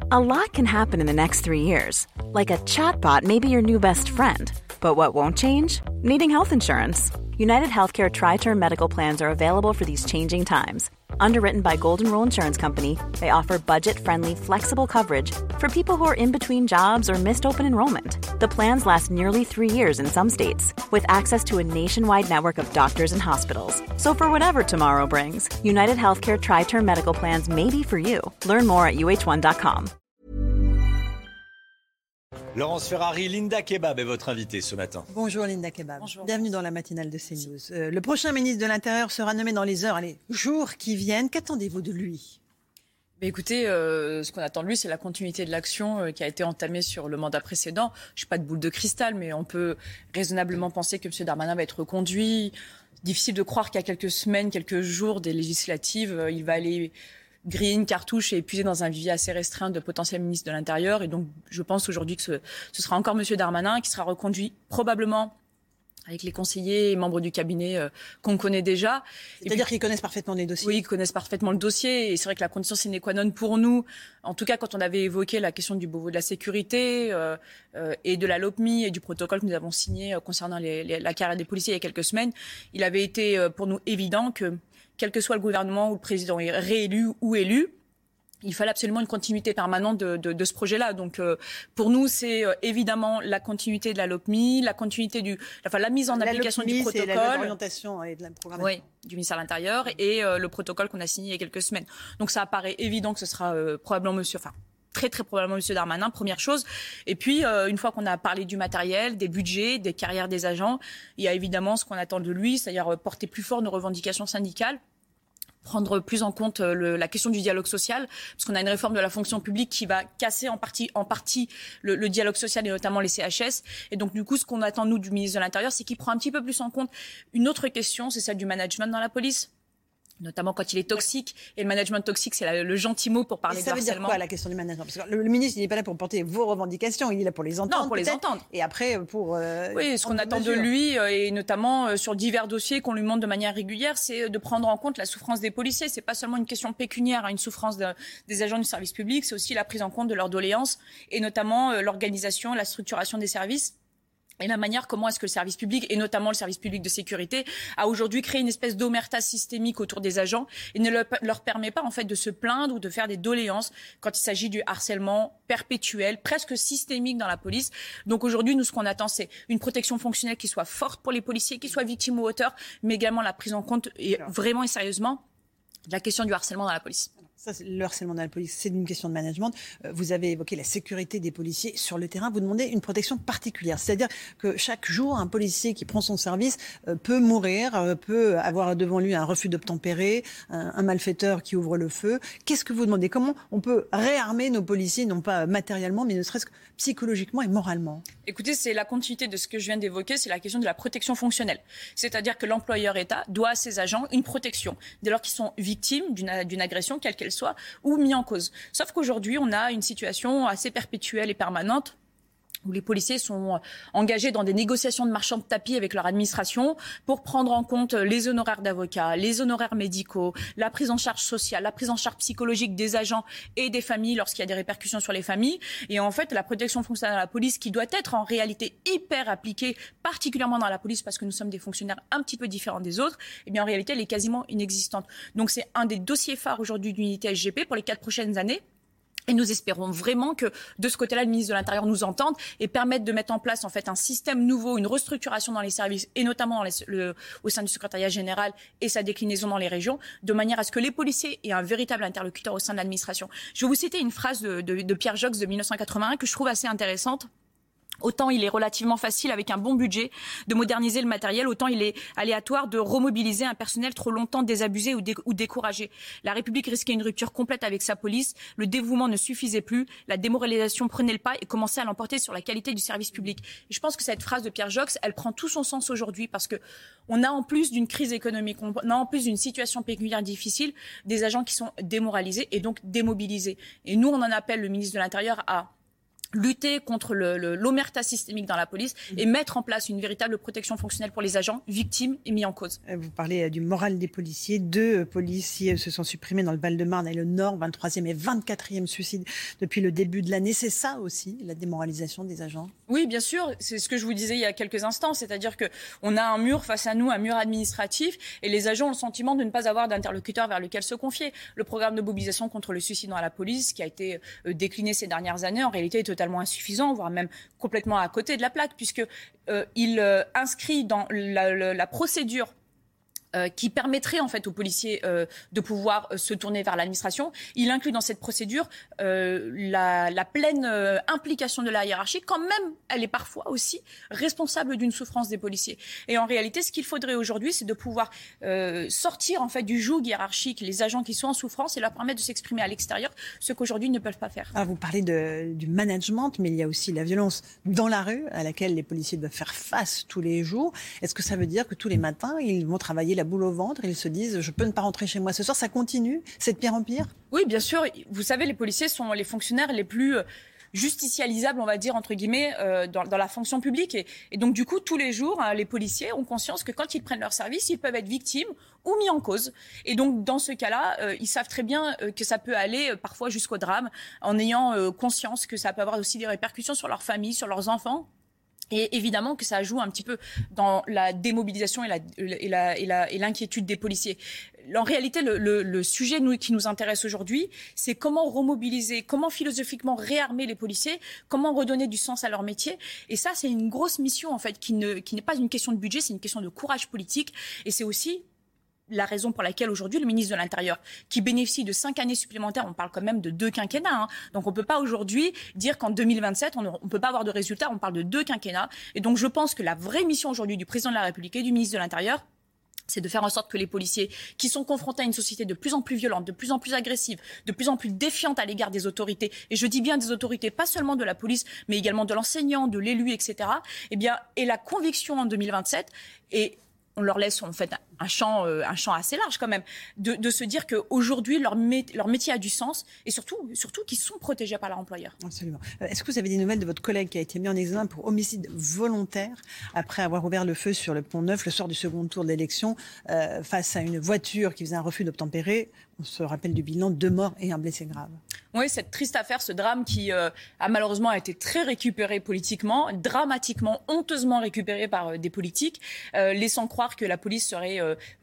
A lot can happen in the next 3 years. Like a chatbot may be your new best friend. But what won't change? Needing health insurance. United Healthcare Tri-Term Medical Plans are available for these changing times. Underwritten by Golden Rule Insurance Company, they offer budget-friendly, flexible coverage for people who are in between jobs or missed open enrollment. The plans last nearly 3 years in some states, with access to a nationwide network of doctors and hospitals. So for whatever tomorrow brings, United Healthcare Tri-Term Medical Plans may be for you. Learn more at uh1.com. Laurence Ferrari, Linda Kebab est votre invitée ce matin. Bonjour Linda Kebab. Bonjour. Bienvenue dans la matinale de CNews. Le prochain ministre de l'Intérieur sera nommé dans les heures, les jours qui viennent. Qu'attendez-vous de lui ? Écoutez, ce qu'on attend de lui, c'est la continuité de l'action qui a été entamée sur le mandat précédent. Je suis pas de boule de cristal, mais on peut raisonnablement penser que M. Darmanin va être reconduit. Difficile de croire qu'il y a quelques semaines, quelques jours des législatives, il va aller griller une cartouche et épuiser dans un vivier assez restreint de potentiels ministres de l'Intérieur. Et donc, je pense aujourd'hui que ce sera encore M. Darmanin qui sera reconduit probablement avec les conseillers et membres du cabinet qu'on connaît déjà. C'est-à-dire qu'ils connaissent parfaitement les dossiers ? Oui, ils connaissent parfaitement le dossier. Et c'est vrai que la condition sine qua non pour nous, en tout cas quand on avait évoqué la question du Beauvau de la sécurité et de la LOPMI et du protocole que nous avons signé concernant la carrière des policiers il y a quelques semaines, il avait été pour nous évident que quel que soit le gouvernement ou le président est réélu ou élu, il fallait absolument une continuité permanente de ce projet-là. Donc, pour nous, c'est évidemment la continuité de la LOPMI, la continuité la mise en application du protocole. C'est l'orientation et de la programmation. Oui, du ministère de l'Intérieur et le protocole qu'on a signé il y a quelques semaines. Donc, ça apparaît évident que ce sera probablement très très probablement M. Darmanin, première chose. Et puis, une fois qu'on a parlé du matériel, des budgets, des carrières des agents, il y a évidemment ce qu'on attend de lui, c'est-à-dire porter plus fort nos revendications syndicales, prendre plus en compte la question du dialogue social, parce qu'on a une réforme de la fonction publique qui va casser en partie le dialogue social et notamment les CHS. Et donc, du coup, ce qu'on attend, nous, du ministre de l'Intérieur, c'est qu'il prend un petit peu plus en compte une autre question, c'est celle du management dans la police, notamment quand il est toxique. Et le management toxique, c'est le gentil mot pour parler de harcèlement. Ça veut dire quoi, la question du management ? Parce que le ministre, il n'est pas là pour porter vos revendications, il est là pour les entendre. Non, pour les entendre. Et après, pour... oui, ce qu'on attend de lui, et notamment sur divers dossiers qu'on lui montre de manière régulière, c'est de prendre en compte la souffrance des policiers. C'est pas seulement une question pécuniaire, une souffrance des agents du service public, c'est aussi la prise en compte de leurs doléances, et notamment l'organisation, la structuration des services. Et la manière comment est-ce que le service public, et notamment le service public de sécurité, a aujourd'hui créé une espèce d'omerta systémique autour des agents et ne leur permet pas en fait de se plaindre ou de faire des doléances quand il s'agit du harcèlement perpétuel, presque systémique dans la police. Donc aujourd'hui, nous, ce qu'on attend, c'est une protection fonctionnelle qui soit forte pour les policiers, qui soient victimes ou auteurs, mais également la prise en compte, et vraiment et sérieusement, de la question du harcèlement dans la police. Ça, le harcèlement dans la police, c'est une question de management. Vous avez évoqué la sécurité des policiers sur le terrain. Vous demandez une protection particulière. C'est-à-dire que chaque jour, un policier qui prend son service peut mourir, peut avoir devant lui un refus d'obtempérer, un malfaiteur qui ouvre le feu. Qu'est-ce que vous demandez ? Comment on peut réarmer nos policiers, non pas matériellement, mais ne serait-ce que psychologiquement et moralement ? Écoutez, c'est la continuité de ce que je viens d'évoquer, c'est la question de la protection fonctionnelle. C'est-à-dire que l'employeur État doit à ses agents une protection dès lors qu'ils sont victimes d'une agression, quelle qu'elle soit, ou mis en cause. Sauf qu'aujourd'hui, on a une situation assez perpétuelle et permanente où les policiers sont engagés dans des négociations de marchands de tapis avec leur administration pour prendre en compte les honoraires d'avocats, les honoraires médicaux, la prise en charge sociale, la prise en charge psychologique des agents et des familles lorsqu'il y a des répercussions sur les familles. Et en fait, la protection fonctionnelle à la police, qui doit être en réalité hyper appliquée, particulièrement dans la police parce que nous sommes des fonctionnaires un petit peu différents des autres, eh bien en réalité, elle est quasiment inexistante. Donc c'est un des dossiers phares aujourd'hui de l'unité SGP pour les 4 prochaines années. Et nous espérons vraiment que de ce côté-là, le ministre de l'Intérieur nous entende et permette de mettre en place en fait un système nouveau, une restructuration dans les services et notamment au sein du secrétariat général et sa déclinaison dans les régions, de manière à ce que les policiers aient un véritable interlocuteur au sein de l'administration. Je vais vous citer une phrase de Pierre Jox de 1981 que je trouve assez intéressante. Autant il est relativement facile, avec un bon budget, de moderniser le matériel, autant il est aléatoire de remobiliser un personnel trop longtemps désabusé ou découragé. La République risquait une rupture complète avec sa police, le dévouement ne suffisait plus, la démoralisation prenait le pas et commençait à l'emporter sur la qualité du service public. Et je pense que cette phrase de Pierre Jox, elle prend tout son sens aujourd'hui parce que on a en plus d'une crise économique, on a en plus d'une situation pécuniaire difficile, des agents qui sont démoralisés et donc démobilisés. Et nous, on en appelle le ministre de l'Intérieur à lutter contre l'omerta systémique dans la police et mettre en place une véritable protection fonctionnelle pour les agents victimes et mis en cause. Vous parlez du moral des policiers. 2 policiers se sont supprimés dans le Val-de-Marne et le Nord, 23e et 24e suicide depuis le début de l'année. C'est ça aussi, la démoralisation des agents? Oui, bien sûr. C'est ce que je vous disais il y a quelques instants. C'est-à-dire qu'on a un mur face à nous, un mur administratif, et les agents ont le sentiment de ne pas avoir d'interlocuteur vers lequel se confier. Le programme de mobilisation contre le suicide dans la police, qui a été décliné ces dernières années, en réalité est totalement insuffisant, voire même complètement à côté de la plaque, puisque il inscrit dans la procédure qui permettrait en fait aux policiers de pouvoir se tourner vers l'administration. Il inclut dans cette procédure la pleine implication de la hiérarchie, quand même elle est parfois aussi responsable d'une souffrance des policiers. Et en réalité, ce qu'il faudrait aujourd'hui, c'est de pouvoir sortir en fait du joug hiérarchique les agents qui sont en souffrance et leur permettre de s'exprimer à l'extérieur, ce qu'aujourd'hui ils ne peuvent pas faire. Alors vous parlez du management, mais il y a aussi la violence dans la rue à laquelle les policiers doivent faire face tous les jours. Est-ce que ça veut dire que tous les matins, ils vont travailler la boule au ventre, ils se disent je peux ne pas rentrer chez moi ce soir, ça continue, c'est de pire en pire? Oui, bien sûr. Vous savez, les policiers sont les fonctionnaires les plus justicialisables, on va dire, entre guillemets, dans la fonction publique. Et donc, du coup, tous les jours, les policiers ont conscience que quand ils prennent leur service, ils peuvent être victimes ou mis en cause. Et donc, dans ce cas-là, ils savent très bien que ça peut aller parfois jusqu'au drame, en ayant conscience que ça peut avoir aussi des répercussions sur leur famille, sur leurs enfants. Et évidemment que ça joue un petit peu dans la démobilisation et l'inquiétude des policiers. En réalité, le sujet qui nous intéresse aujourd'hui, c'est comment remobiliser, comment philosophiquement réarmer les policiers, comment redonner du sens à leur métier. Et ça, c'est une grosse mission, en fait, qui n'est pas une question de budget, c'est une question de courage politique. Et c'est aussi la raison pour laquelle aujourd'hui le ministre de l'Intérieur, qui bénéficie de 5 années supplémentaires, on parle quand même de 2 quinquennats, donc on peut pas aujourd'hui dire qu'en 2027 on peut pas avoir de résultats, on parle de 2 quinquennats. Et donc je pense que la vraie mission aujourd'hui du président de la République et du ministre de l'Intérieur, c'est de faire en sorte que les policiers qui sont confrontés à une société de plus en plus violente, de plus en plus agressive, de plus en plus défiante à l'égard des autorités, et je dis bien des autorités, pas seulement de la police, mais également de l'enseignant, de l'élu, etc., eh bien, et la conviction en 2027, et on leur laisse en fait un champ assez large quand même, de se dire qu'aujourd'hui leur métier a du sens et surtout qu'ils sont protégés par leur employeur. Absolument. Est-ce que vous avez des nouvelles de votre collègue qui a été mis en examen pour homicide volontaire après avoir ouvert le feu sur le Pont-Neuf le soir du second tour de l'élection face à une voiture qui faisait un refus d'obtempérer? On se rappelle du bilan, 2 morts et un blessé grave. Oui, cette triste affaire, ce drame qui a malheureusement été très récupéré politiquement, dramatiquement, honteusement récupéré par des politiques, laissant croire que la police serait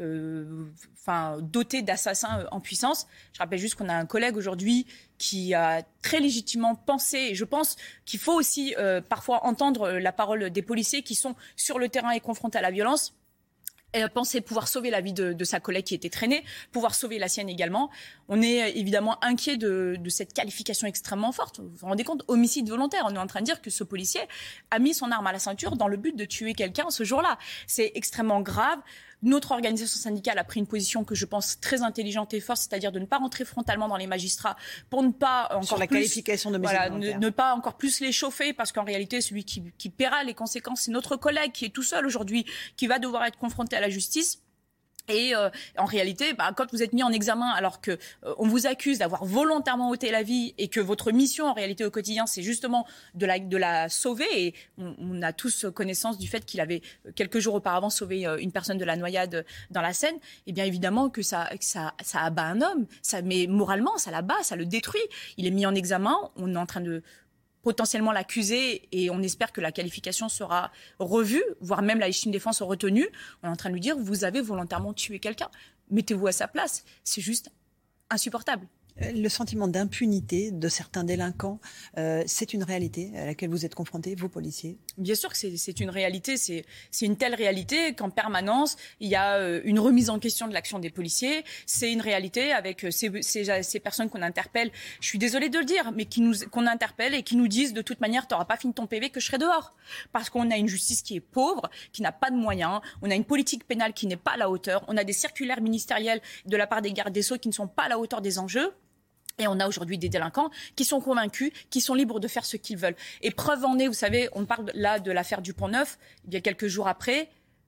dotée d'assassins en puissance. Je rappelle juste qu'on a un collègue aujourd'hui qui a très légitimement pensé, et je pense qu'il faut aussi parfois entendre la parole des policiers qui sont sur le terrain et confrontés à la violence. Penser pouvoir sauver la vie de sa collègue qui était traînée, pouvoir sauver la sienne également. On est évidemment inquiet de cette qualification extrêmement forte. Vous vous rendez compte, homicide volontaire. On est en train de dire que ce policier a mis son arme à la ceinture dans le but de tuer quelqu'un ce jour-là. C'est extrêmement grave. Notre organisation syndicale a pris une position que je pense très intelligente et forte, c'est-à-dire de ne pas rentrer frontalement dans les magistrats pour ne pas encore sur la plus, qualification de ne pas encore plus les chauffer, parce qu'en réalité, celui qui paiera les conséquences, c'est notre collègue qui est tout seul aujourd'hui, qui va devoir être confronté à la justice. Et en réalité, quand vous êtes mis en examen alors que on vous accuse d'avoir volontairement ôté la vie et que votre mission en réalité au quotidien c'est justement de la sauver, et on a tous connaissance du fait qu'il avait quelques jours auparavant sauvé une personne de la noyade dans la Seine, et bien évidemment que ça abat un homme, mais moralement ça l'abat, ça le détruit. Il est mis en examen, on est en train de potentiellement l'accuser, et on espère que la qualification sera revue, voire même la légitime défense retenue. On est en train de lui dire, vous avez volontairement tué quelqu'un. Mettez-vous à sa place. C'est juste insupportable. Le sentiment d'impunité de certains délinquants, c'est une réalité à laquelle vous êtes confrontés, vous, policiers? Bien sûr que c'est une réalité. C'est une telle réalité qu'en permanence, il y a une remise en question de l'action des policiers. C'est une réalité avec ces personnes qu'on interpelle. Je suis désolée de le dire, mais qu'on interpelle et qui nous disent de toute manière, t'auras pas fini ton PV, que je serai dehors. Parce qu'on a une justice qui est pauvre, qui n'a pas de moyens. On a une politique pénale qui n'est pas à la hauteur. On a des circulaires ministérielles de la part des gardes des Sceaux qui ne sont pas à la hauteur des enjeux. Et on a aujourd'hui des délinquants qui sont convaincus, qui sont libres de faire ce qu'ils veulent. Et preuve en est, vous savez, on parle là de l'affaire du Pont-Neuf. Il y a quelques jours après,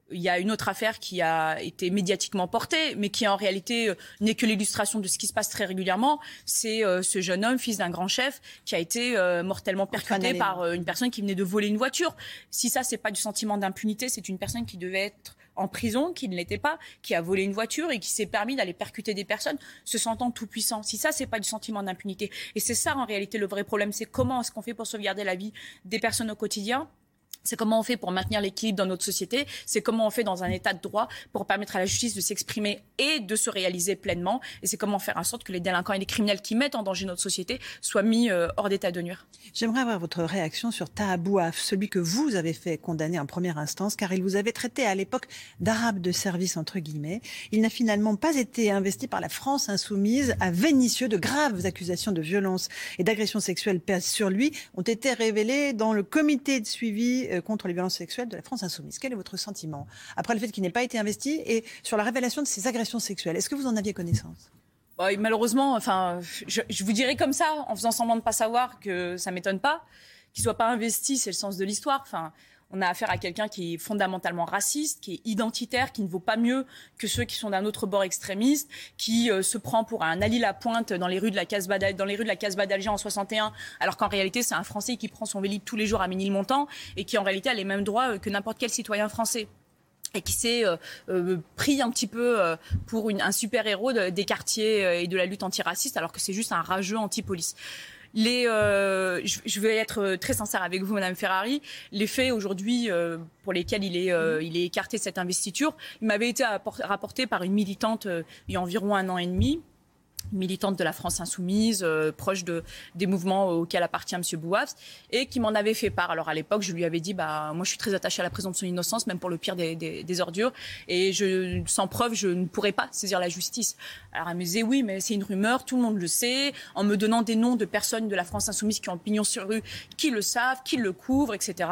Il y a une autre affaire qui a été médiatiquement portée, mais qui en réalité n'est que l'illustration de ce qui se passe très régulièrement. C'est ce jeune homme, fils d'un grand chef, qui a été mortellement percuté par une personne qui venait de voler une voiture. Si ça, c'est pas du sentiment d'impunité, c'est une personne qui devait être en prison, qui ne l'était pas, qui a volé une voiture et qui s'est permis d'aller percuter des personnes, se sentant tout puissant. Si ça, c'est pas du sentiment d'impunité. Et c'est ça, en réalité, le vrai problème. C'est comment est-ce qu'on fait pour sauvegarder la vie des personnes au quotidien. C'est comment on fait pour maintenir l'équilibre dans notre société. C'est comment on fait dans un état de droit pour permettre à la justice de s'exprimer et de se réaliser pleinement. Et c'est comment faire en sorte que les délinquants et les criminels qui mettent en danger notre société soient mis hors d'état de nuire. J'aimerais avoir votre réaction sur Taha Bouaf, celui que vous avez fait condamner en première instance, car il vous avait traité à l'époque d'arabe de service, entre guillemets. Il n'a finalement pas été investi par la France insoumise à Vénissieux. De graves accusations de violence et d'agression sexuelle pèsent sur lui, ont été révélées dans le comité de suivi contre les violences sexuelles de la France insoumise. Quel est votre sentiment après le fait qu'il n'ait pas été investi et sur la révélation de ces agressions sexuelles? Est-ce que vous en aviez connaissance? Malheureusement, je vous dirais comme ça, en faisant semblant de ne pas savoir, que ça ne m'étonne pas. Qu'il ne soit pas investi, c'est le sens de l'histoire. On a affaire à quelqu'un qui est fondamentalement raciste, qui est identitaire, qui ne vaut pas mieux que ceux qui sont d'un autre bord extrémiste, qui se prend pour un Ali Lapointe dans les rues de la Casbah d'Alger en 61, alors qu'en réalité c'est un Français qui prend son Vélib tous les jours à Ménilmontant et qui en réalité a les mêmes droits que n'importe quel citoyen français. Et qui s'est pris un petit peu pour un super-héros des quartiers et de la lutte antiraciste, alors que c'est juste un rageux anti-police. Je vais être très sincère avec vous, Madame Ferrari. Les faits aujourd'hui pour lesquels il est écarté de cette investiture, il m'avait été rapporté par une militante il y a environ 1 an et demi, militante de la France insoumise, proche des mouvements auxquels appartient M. Bouaf, et qui m'en avait fait part. Alors à l'époque, je lui avais dit, moi je suis très attachée à la présomption d'innocence, même pour le pire des ordures, et sans preuve, je ne pourrais pas saisir la justice. Alors elle me disait, oui, mais c'est une rumeur, tout le monde le sait, en me donnant des noms de personnes de la France insoumise qui ont pignon sur rue, qui le savent, qui le couvrent, etc.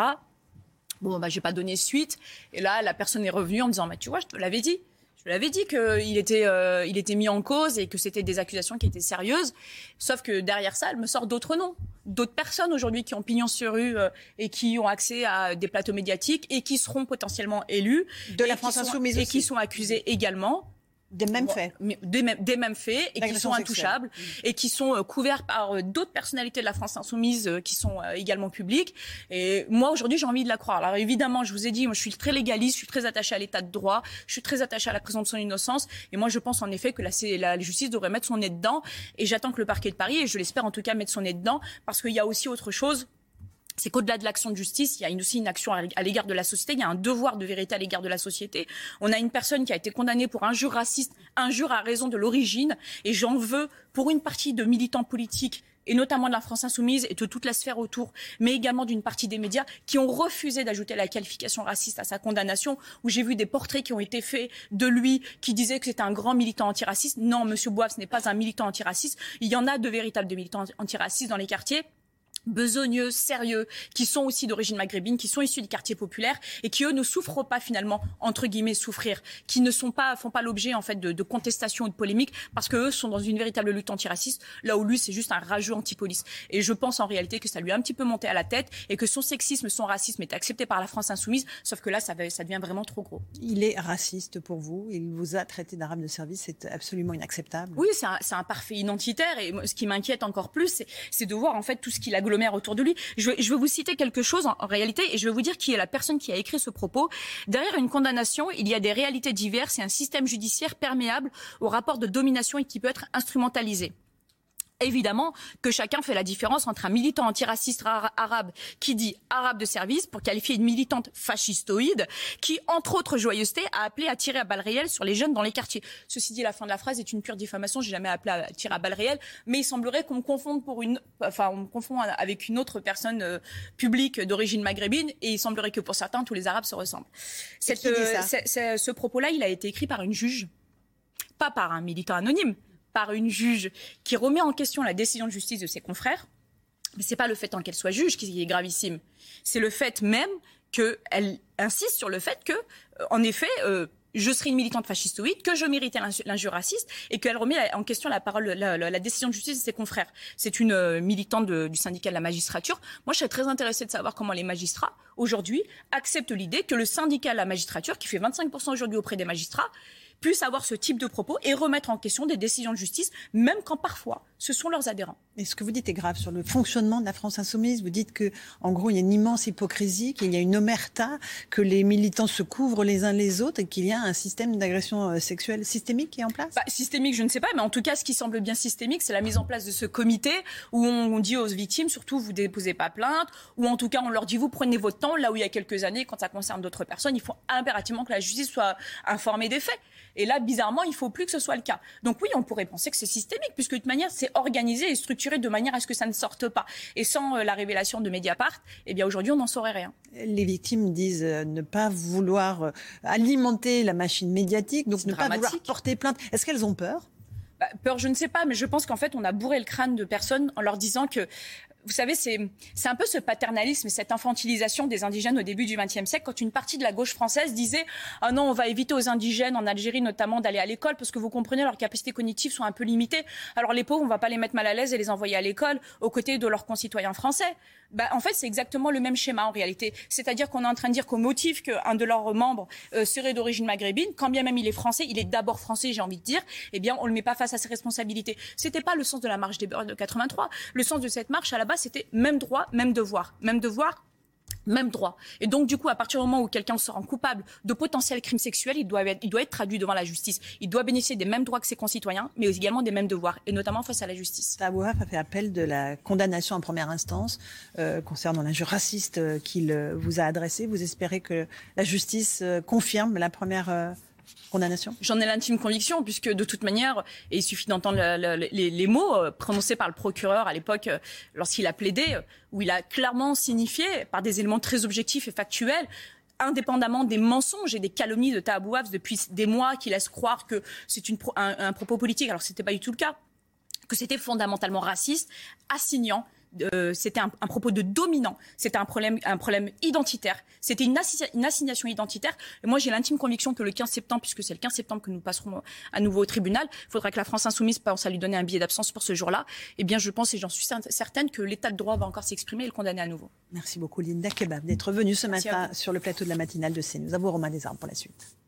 J'ai pas donné suite, et là, la personne est revenue en me disant, tu vois, je te l'avais dit. Je l'avais dit qu'il était mis en cause et que c'était des accusations qui étaient sérieuses. Sauf que derrière ça, elle me sort d'autres noms. D'autres personnes aujourd'hui qui ont pignon sur rue et qui ont accès à des plateaux médiatiques et qui seront potentiellement élus. De la France insoumise aussi. Et qui sont accusés également. Des mêmes faits. Des mêmes faits et qui sont intouchables et qui sont couverts par d'autres personnalités de la France insoumise qui sont également publiques. Et moi, aujourd'hui, j'ai envie de la croire. Alors évidemment, je vous ai dit, moi, je suis très légaliste, je suis très attachée à l'état de droit, je suis très attachée à la présomption d'innocence. Et moi, je pense en effet que la justice devrait mettre son nez dedans. Et j'attends que le parquet de Paris, et je l'espère en tout cas, mette son nez dedans, parce qu'il y a aussi autre chose. C'est qu'au-delà de l'action de justice, il y a aussi une action à l'égard de la société, il y a un devoir de vérité à l'égard de la société. On a une personne qui a été condamnée pour injure raciste, injure à raison de l'origine, et j'en veux pour une partie de militants politiques, et notamment de la France insoumise et de toute la sphère autour, mais également d'une partie des médias qui ont refusé d'ajouter la qualification raciste à sa condamnation, où j'ai vu des portraits qui ont été faits de lui qui disaient que c'était un grand militant antiraciste. Non, Monsieur Bouaf, ce n'est pas un militant antiraciste. Il y en a de véritables militants antiracistes dans les quartiers, besogneux, sérieux, qui sont aussi d'origine maghrébine, qui sont issus des quartiers populaires et qui, eux, ne souffrent pas finalement, entre guillemets, souffrir, qui ne font pas l'objet en fait de contestations ou de polémiques, parce que eux sont dans une véritable lutte antiraciste, là où lui, c'est juste un rageux anti-police. Et je pense en réalité que ça lui a un petit peu monté à la tête et que son sexisme, son racisme est accepté par la France insoumise, sauf que là, ça devient vraiment trop gros. Il est raciste pour vous, il vous a traité d'arabe de service, c'est absolument inacceptable. Oui, c'est un parfait identitaire, et ce qui m'inquiète encore plus, c'est de voir en fait tout ce qu'il agglomère autour de lui. Je vais vous citer quelque chose en réalité, et je vais vous dire qui est la personne qui a écrit ce propos. Derrière une condamnation, il y a des réalités diverses et un système judiciaire perméable au rapport de domination et qui peut être instrumentalisé. Évidemment que chacun fait la différence entre un militant antiraciste arabe qui dit arabe de service pour qualifier une militante fascistoïde qui, entre autres joyeusetés, a appelé à tirer à balles réelles sur les jeunes dans les quartiers. Ceci dit, la fin de la phrase est une pure diffamation. J'ai jamais appelé à tirer à balles réelles, mais il semblerait qu'on me confonde on me confond avec une autre personne publique d'origine maghrébine, et il semblerait que pour certains, tous les Arabes se ressemblent. Ce propos-là, il a été écrit par une juge, pas par un militant anonyme, par une juge qui remet en question la décision de justice de ses confrères. Mais c'est pas le fait qu'elle soit juge qui est gravissime. C'est le fait même qu'elle insiste sur le fait que, en effet, je serais une militante fascistoïde, que je méritais l'injure raciste et qu'elle remet en question la décision de justice de ses confrères. C'est une militante du syndicat de la magistrature. Moi, je serais très intéressée de savoir comment les magistrats, aujourd'hui, acceptent l'idée que le syndicat de la magistrature, qui fait 25% aujourd'hui auprès des magistrats, puisse avoir ce type de propos et remettre en question des décisions de justice, même quand parfois ce sont leurs adhérents. Et ce que vous dites est grave sur le fonctionnement de la France insoumise. Vous dites que, en gros, il y a une immense hypocrisie, qu'il y a une omerta, que les militants se couvrent les uns les autres et qu'il y a un système d'agression sexuelle systémique qui est en place. Systémique, je ne sais pas, mais en tout cas, ce qui semble bien systémique, c'est la mise en place de ce comité où on dit aux victimes, surtout, vous déposez pas plainte, ou en tout cas, on leur dit, vous prenez votre temps, là où il y a quelques années, quand ça concerne d'autres personnes, il faut impérativement que la justice soit informée des faits. Et là, bizarrement, il ne faut plus que ce soit le cas. Donc oui, on pourrait penser que c'est systémique, puisque de toute manière, c'est organisé et structuré de manière à ce que ça ne sorte pas. Et sans la révélation de Mediapart, eh bien aujourd'hui, on n'en saurait rien. Les victimes disent ne pas vouloir alimenter la machine médiatique, donc ne pas vouloir porter plainte. Est-ce qu'elles ont peur ? Peur, je ne sais pas, mais je pense qu'en fait, on a bourré le crâne de personnes en leur disant que, vous savez, c'est un peu ce paternalisme, cette infantilisation des indigènes au début du XXe siècle, quand une partie de la gauche française disait « Ah non, on va éviter aux indigènes, en Algérie notamment, d'aller à l'école, parce que vous comprenez, leurs capacités cognitives sont un peu limitées. Alors les pauvres, on ne va pas les mettre mal à l'aise et les envoyer à l'école, aux côtés de leurs concitoyens français. » En fait, c'est exactement le même schéma en réalité. C'est-à-dire qu'on est en train de dire qu'au motif qu'un de leurs membres serait d'origine maghrébine, quand bien même il est français, il est d'abord français, j'ai envie de dire, eh bien, on le met pas face à ses responsabilités. C'était pas le sens de la marche des beurs de 83. Le sens de cette marche, à la base, c'était même droit, même devoir. Même devoir, même droit. Et donc, du coup, à partir du moment où quelqu'un se rend coupable de potentiels crimes sexuels, il doit être traduit devant la justice. Il doit bénéficier des mêmes droits que ses concitoyens, mais également des mêmes devoirs, et notamment face à la justice. Tabouaf a fait appel de la condamnation en première instance concernant l'injure raciste qu'il vous a adressée. Vous espérez que la justice confirme la première condamnation ? J'en ai l'intime conviction, puisque de toute manière, et il suffit d'entendre les mots prononcés par le procureur à l'époque lorsqu'il a plaidé, où il a clairement signifié, par des éléments très objectifs et factuels, indépendamment des mensonges et des calomnies de Tabouaf depuis des mois qui laissent croire que c'est un propos politique, alors que ce n'était pas du tout le cas, que c'était fondamentalement raciste, assignant. C'était un propos de dominant, c'était un problème identitaire, c'était une assignation identitaire. Et moi, j'ai l'intime conviction que le 15 septembre, puisque c'est le 15 septembre que nous passerons à nouveau au tribunal, il faudra que la France insoumise pense à lui donner un billet d'absence pour ce jour-là. Eh bien, je pense et j'en suis certaine que l'état de droit va encore s'exprimer et le condamner à nouveau. Merci beaucoup, Linda Kebab, d'être venue ce matin sur le plateau de la matinale de CNews. À vous, Romain Desarmes, pour la suite.